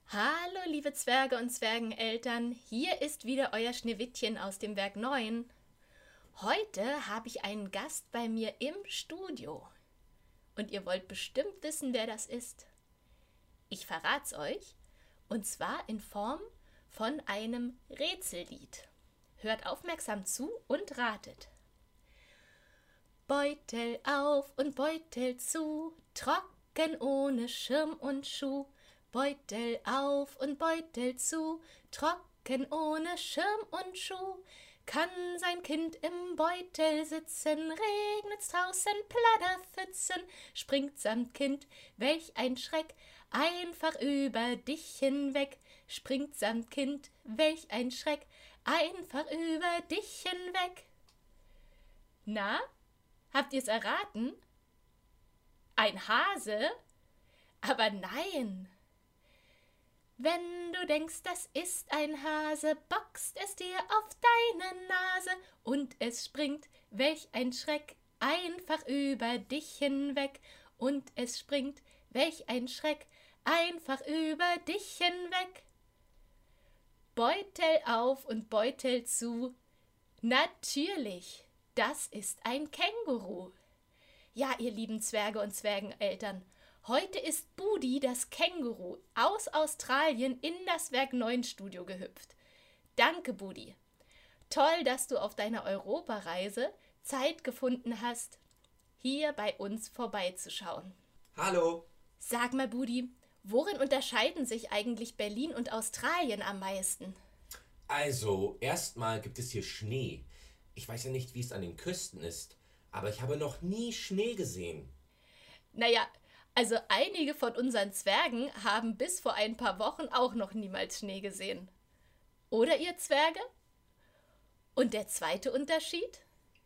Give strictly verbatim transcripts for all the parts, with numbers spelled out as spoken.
Hallo, liebe Zwerge und Zwergeneltern, hier ist wieder euer Schneewittchen aus dem Werk neun. Heute habe ich einen Gast bei mir im Studio. Und ihr wollt bestimmt wissen, wer das ist. Ich verrat's euch, und zwar in Form von einem Rätsellied. Hört aufmerksam zu und ratet. Beutel auf und Beutel zu, trocken ohne Schirm und Schuh. Beutel auf und Beutel zu, trocken ohne Schirm und Schuh. Kann sein Kind im Beutel sitzen, regnet's draußen, Plauderpfützen, springt samt Kind, welch ein Schreck, einfach über dich hinweg. Springt samt Kind, welch ein Schreck, einfach über dich hinweg. Na, habt ihr's erraten? Ein Hase? Aber nein! Wenn du denkst, das ist ein Hase, boxt es dir auf deine Nase und es springt, welch ein Schreck, einfach über dich hinweg. Und es springt, welch ein Schreck, einfach über dich hinweg. Beutel auf und Beutel zu. Natürlich, das ist ein Känguru. Ja, ihr lieben Zwerge und Zwergeneltern, heute ist Budi, das Känguru, aus Australien in das Werk neun Studio gehüpft. Danke, Budi. Toll, dass du auf deiner Europareise Zeit gefunden hast, hier bei uns vorbeizuschauen. Hallo. Sag mal, Budi, worin unterscheiden sich eigentlich Berlin und Australien am meisten? Also, erstmal gibt es hier Schnee. Ich weiß ja nicht, wie es an den Küsten ist, aber ich habe noch nie Schnee gesehen. Naja, also einige von unseren Zwergen haben bis vor ein paar Wochen auch noch niemals Schnee gesehen. Oder ihr Zwerge? Und der zweite Unterschied?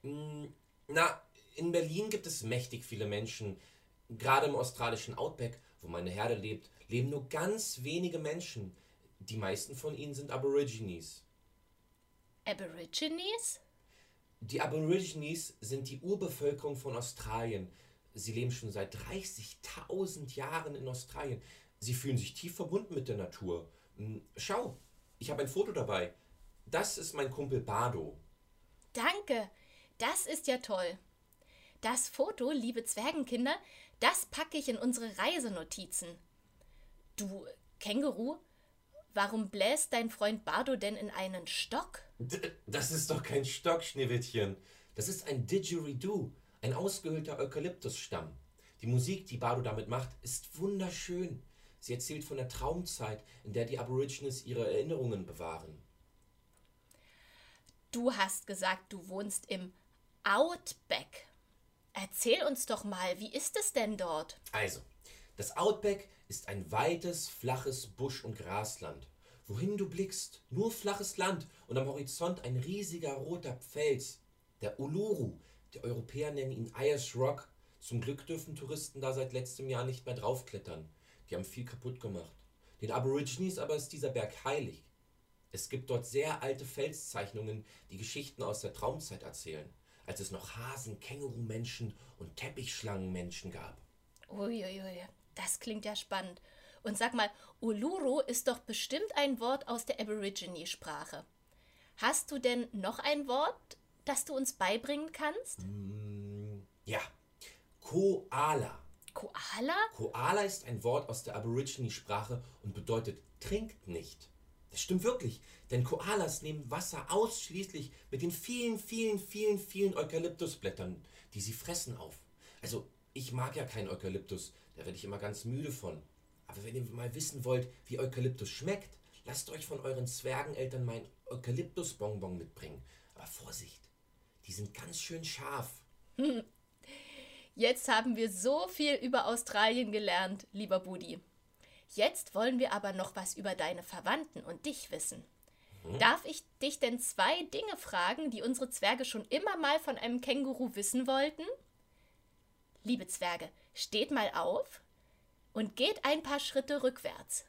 Na, in Berlin gibt es mächtig viele Menschen. Gerade im australischen Outback, wo meine Herde lebt, leben nur ganz wenige Menschen. Die meisten von ihnen sind Aborigines. Aborigines? Die Aborigines sind die Urbevölkerung von Australien. Sie leben schon seit dreißigtausend Jahren in Australien. Sie fühlen sich tief verbunden mit der Natur. Schau, ich habe ein Foto dabei. Das ist mein Kumpel Bardo. Danke, das ist ja toll. Das Foto, liebe Zwergenkinder, das packe ich in unsere Reisenotizen. Du, Känguru, warum bläst dein Freund Bardo denn in einen Stock? Das ist doch kein Stock, Schneewittchen. Das ist ein Didgeridoo, ein ausgehöhlter Eukalyptusstamm. Die Musik, die Bardo damit macht, ist wunderschön. Sie erzählt von der Traumzeit, in der die Aborigines ihre Erinnerungen bewahren. Du hast gesagt, du wohnst im Outback. Erzähl uns doch mal, wie ist es denn dort? Also, das Outback ist ein weites, flaches Busch- und Grasland. Wohin du blickst, nur flaches Land und am Horizont ein riesiger roter Fels. Der Uluru, die Europäer nennen ihn Ayers Rock. Zum Glück dürfen Touristen da seit letztem Jahr nicht mehr draufklettern. Die haben viel kaputt gemacht. Den Aborigines aber ist dieser Berg heilig. Es gibt dort sehr alte Felszeichnungen, die Geschichten aus der Traumzeit erzählen, als es noch Hasen, Kängurumenschen und Teppichschlangenmenschen gab. Uiuiui, das klingt ja spannend. Und sag mal, Uluru ist doch bestimmt ein Wort aus der Aborigine-Sprache. Hast du denn noch ein Wort, das du uns beibringen kannst? Mm, ja, Koala. Koala? Koala ist ein Wort aus der Aborigine-Sprache und bedeutet trinkt nicht. Das stimmt wirklich, denn Koalas nehmen Wasser ausschließlich mit den vielen, vielen, vielen, vielen Eukalyptusblättern, die sie fressen, auf. Also, ich mag ja keinen Eukalyptus, da werde ich immer ganz müde von. Aber wenn ihr mal wissen wollt, wie Eukalyptus schmeckt, lasst euch von euren Zwergeneltern mein Eukalyptusbonbon mitbringen. Aber Vorsicht, die sind ganz schön scharf. Jetzt haben wir so viel über Australien gelernt, lieber Budi. Jetzt wollen wir aber noch was über deine Verwandten und dich wissen. Hm? Darf ich dich denn zwei Dinge fragen, die unsere Zwerge schon immer mal von einem Känguru wissen wollten? Liebe Zwerge, steht mal auf und geht ein paar Schritte rückwärts.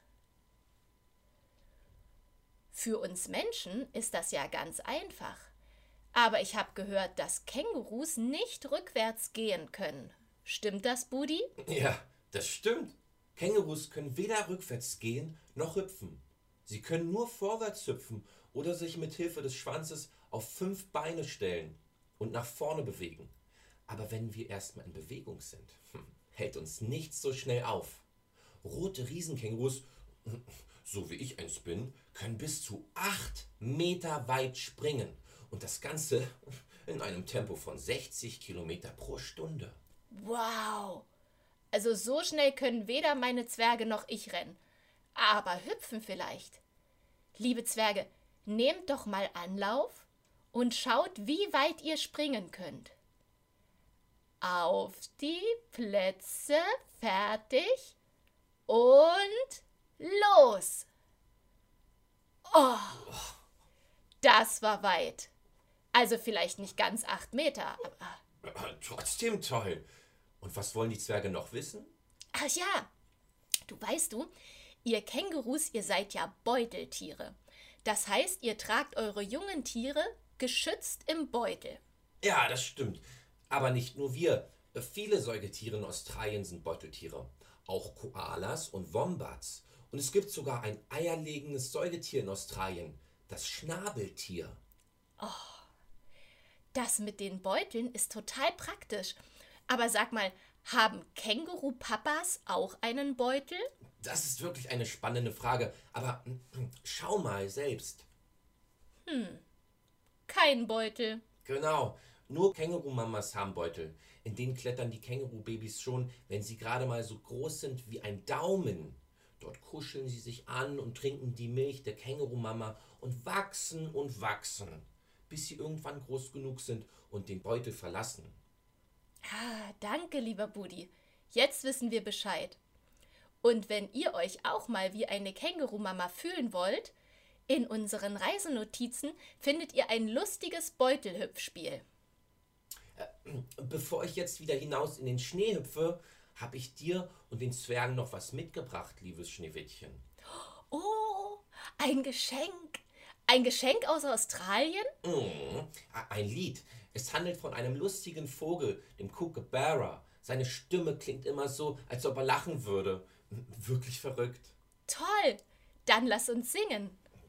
Für uns Menschen ist das ja ganz einfach. Aber ich habe gehört, dass Kängurus nicht rückwärts gehen können. Stimmt das, Budi? Ja, das stimmt. Kängurus können weder rückwärts gehen noch hüpfen. Sie können nur vorwärts hüpfen oder sich mit Hilfe des Schwanzes auf fünf Beine stellen und nach vorne bewegen. Aber wenn wir erstmal in Bewegung sind, hält uns nichts so schnell auf. Rote Riesenkängurus, so wie ich eins bin, können bis zu acht Meter weit springen. Und das Ganze in einem Tempo von sechzig Kilometer pro Stunde. Wow! Also so schnell können weder meine Zwerge noch ich rennen. Aber hüpfen vielleicht. Liebe Zwerge, nehmt doch mal Anlauf und schaut, wie weit ihr springen könnt. Auf die Plätze, fertig und los! Oh, das war weit. Also vielleicht nicht ganz acht Meter, aber... Trotzdem toll. Und was wollen die Zwerge noch wissen? Ach ja, du weißt du, ihr Kängurus, ihr seid ja Beuteltiere. Das heißt, ihr tragt eure jungen Tiere geschützt im Beutel. Ja, das stimmt. Aber nicht nur wir. Viele Säugetiere in Australien sind Beuteltiere. Auch Koalas und Wombats. Und es gibt sogar ein eierlegendes Säugetier in Australien, das Schnabeltier. Das mit den Beuteln ist total praktisch. Aber sag mal, haben Känguru-Papas auch einen Beutel? Das ist wirklich eine spannende Frage. Aber schau mal selbst. Kein Beutel. Genau, nur Känguru-Mamas haben Beutel. In denen klettern die Känguru-Babys schon, wenn sie gerade mal so groß sind wie ein Daumen. Dort kuscheln sie sich an und trinken die Milch der Känguru-Mama und wachsen und wachsen, bis sie irgendwann groß genug sind und den Beutel verlassen. Ah, danke, lieber Budi. Jetzt wissen wir Bescheid. Und wenn ihr euch auch mal wie eine Känguru-Mama fühlen wollt, in unseren Reisenotizen findet ihr ein lustiges Beutelhüpfspiel. Bevor ich jetzt wieder hinaus in den Schnee hüpfe, habe ich dir und den Zwergen noch was mitgebracht, liebes Schneewittchen. Oh, ein Geschenk. Ein Geschenk aus Australien? Mm, ein Lied. Es handelt von einem lustigen Vogel, dem Kookaburra. Seine Stimme klingt immer so, als ob er lachen würde. Wirklich verrückt. Toll. Dann lass uns singen.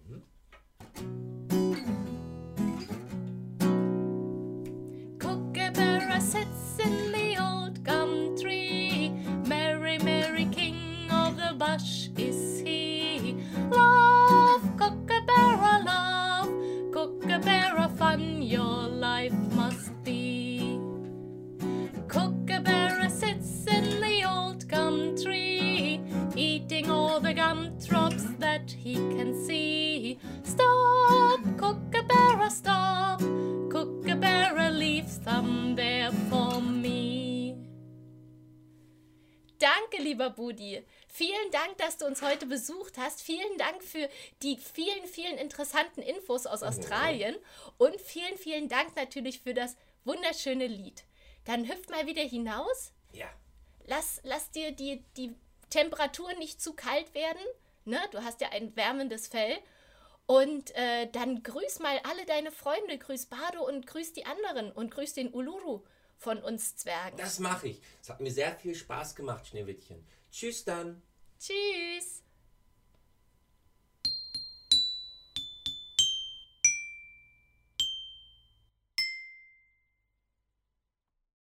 Kookaburra sits in the old gum tree. Merry, merry king of the bush is he. Love, Kookaburra, love. Kookaburra, fun your life must be. Kookaburra sits in the old gum tree, eating all the gumdrops that he can see. Stop, Kookaburra, stop. Kookaburra, leave some there for me. Danke, lieber Budi. Vielen Dank, dass du uns heute besucht hast. Vielen Dank für die vielen, vielen interessanten Infos aus Australien. Und vielen, vielen Dank natürlich für das wunderschöne Lied. Dann hüpf mal wieder hinaus. Ja. Lass, lass dir die, die Temperatur nicht zu kalt werden. Ne? Du hast ja ein wärmendes Fell. Und äh, dann grüß mal alle deine Freunde. Grüß Bardo und grüß die anderen. Und grüß den Uluru von uns Zwergen. Das mache ich. Es hat mir sehr viel Spaß gemacht, Schneewittchen. Tschüss dann. Tschüss.